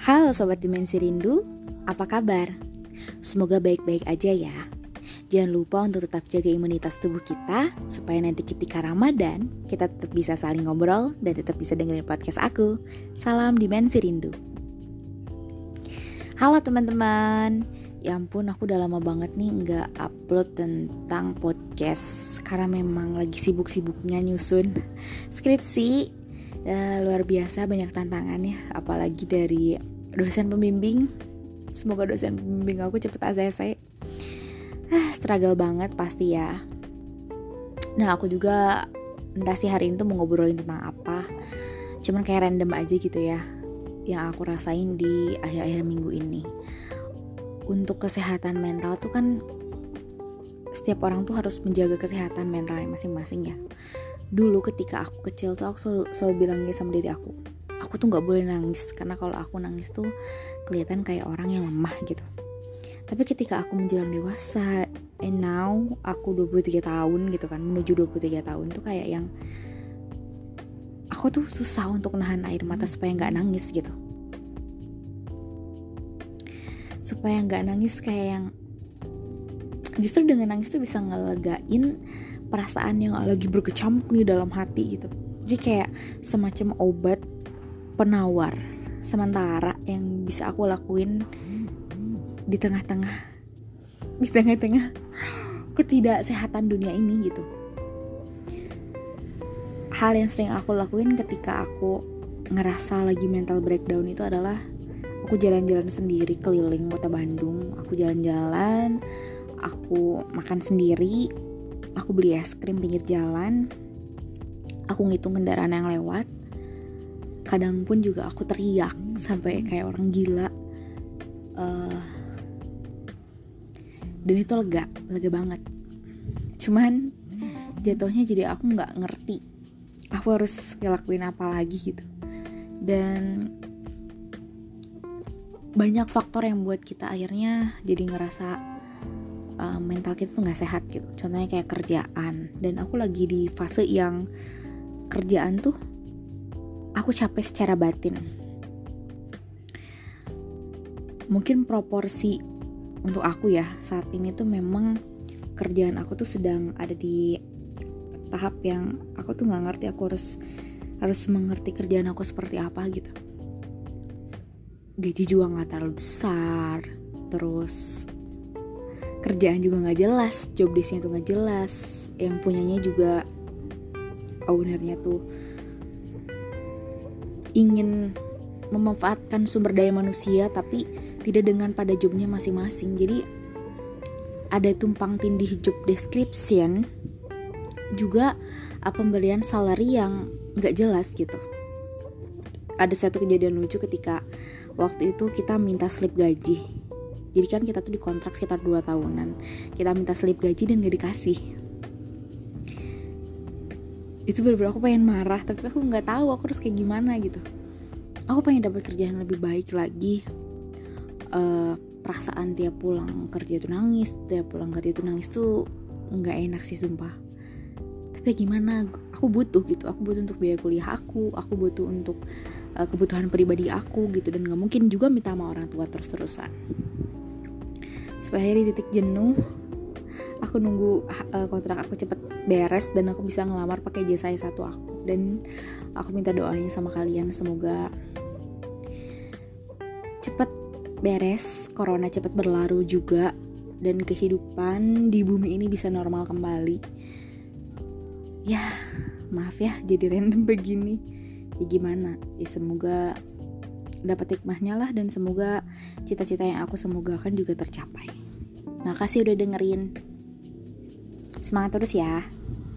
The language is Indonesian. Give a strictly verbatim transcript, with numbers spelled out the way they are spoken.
Halo Sobat Dimensi Rindu, apa kabar? Semoga baik-baik aja ya. Jangan lupa untuk tetap jaga imunitas tubuh kita, supaya nanti ketika Ramadan, kita tetap bisa saling ngobrol dan tetap bisa dengerin podcast aku. Salam Dimensi Rindu. Halo teman-teman, ya ampun aku udah lama banget nih nggak upload tentang podcast, karena memang lagi sibuk-sibuknya nyusun skripsi. Uh, luar biasa banyak tantangan ya, apalagi dari dosen pembimbing. Semoga dosen pembimbing aku cepet A C C. Ah, struggle banget pasti ya. Nah aku juga entah sih hari ini tuh mau ngobrolin tentang apa, cuman kayak random aja gitu ya, yang aku rasain di akhir-akhir minggu ini. Untuk kesehatan mental tuh kan setiap orang tuh harus menjaga kesehatan mentalnya masing-masing ya. Dulu ketika aku kecil tuh aku selalu, selalu bilang gini sama diri aku, aku tuh gak boleh nangis, karena kalau aku nangis tuh kelihatan kayak orang yang lemah gitu. Tapi ketika aku menjelang dewasa, and now aku dua puluh tiga tahun gitu kan, menuju dua puluh tiga tahun tuh kayak yang aku tuh susah untuk nahan air mata supaya gak nangis gitu. Supaya gak nangis kayak yang, justru dengan nangis tuh bisa ngelegain perasaan yang lagi berkecamuk nih dalam hati gitu. Jadi kayak semacam obat penawar sementara yang bisa aku lakuin di tengah-tengah di tengah-tengah ketidaksehatan dunia ini gitu. Hal yang sering aku lakuin ketika aku ngerasa lagi mental breakdown itu adalah aku jalan-jalan sendiri keliling kota Bandung. Aku jalan-jalan, aku makan sendiri, aku beli es krim pinggir jalan, aku ngitung kendaraan yang lewat. Kadang pun juga aku teriak sampai kayak orang gila. Uh, dan itu lega, lega banget. Cuman jatuhnya jadi aku nggak ngerti aku harus ngelakuin apa lagi gitu. Dan banyak faktor yang buat kita akhirnya jadi ngerasa Uh, mental kita tuh gak sehat gitu. Contohnya kayak kerjaan. Dan aku lagi di fase yang kerjaan tuh aku capek secara batin. Mungkin proporsi untuk aku ya saat ini tuh memang kerjaan aku tuh sedang ada di tahap yang aku tuh gak ngerti aku harus harus mengerti kerjaan aku seperti apa gitu. Gaji juga gak terlalu besar, terus kerjaan juga gak jelas, job desk-nya tuh gak jelas, yang punyanya juga ownernya tuh ingin memanfaatkan sumber daya manusia tapi tidak dengan pada jobnya masing-masing. Jadi ada tumpang tindih job description, juga pemberian salary yang gak jelas gitu. Ada satu kejadian lucu ketika waktu itu kita minta slip gaji. Jadi kan kita tuh dikontrak sekitar dua tahunan. Kita minta slip gaji dan gak dikasih. Itu bener-bener aku pengen marah, tapi aku gak tahu aku harus kayak gimana gitu. Aku pengen dapat kerjaan lebih baik lagi. uh, Perasaan tiap pulang kerja itu nangis, tiap pulang kerja itu nangis tuh gak enak sih sumpah. Tapi gimana, aku butuh gitu. Aku butuh untuk biaya kuliah aku, aku butuh untuk uh, kebutuhan pribadi aku gitu. Dan gak mungkin juga minta sama orang tua terus-terusan. Sampai di titik jenuh, aku nunggu uh, kontrak aku cepet beres dan aku bisa ngelamar pakai jasa S satu aku. Dan aku minta doanya sama kalian, semoga cepet beres, corona cepet berlalu juga, dan kehidupan di bumi ini bisa normal kembali. Ya maaf ya jadi random begini, ya gimana, ya semoga dapat hikmahnya lah, dan semoga cita-cita yang aku semogakan juga tercapai. Makasih udah dengerin. Semangat terus ya.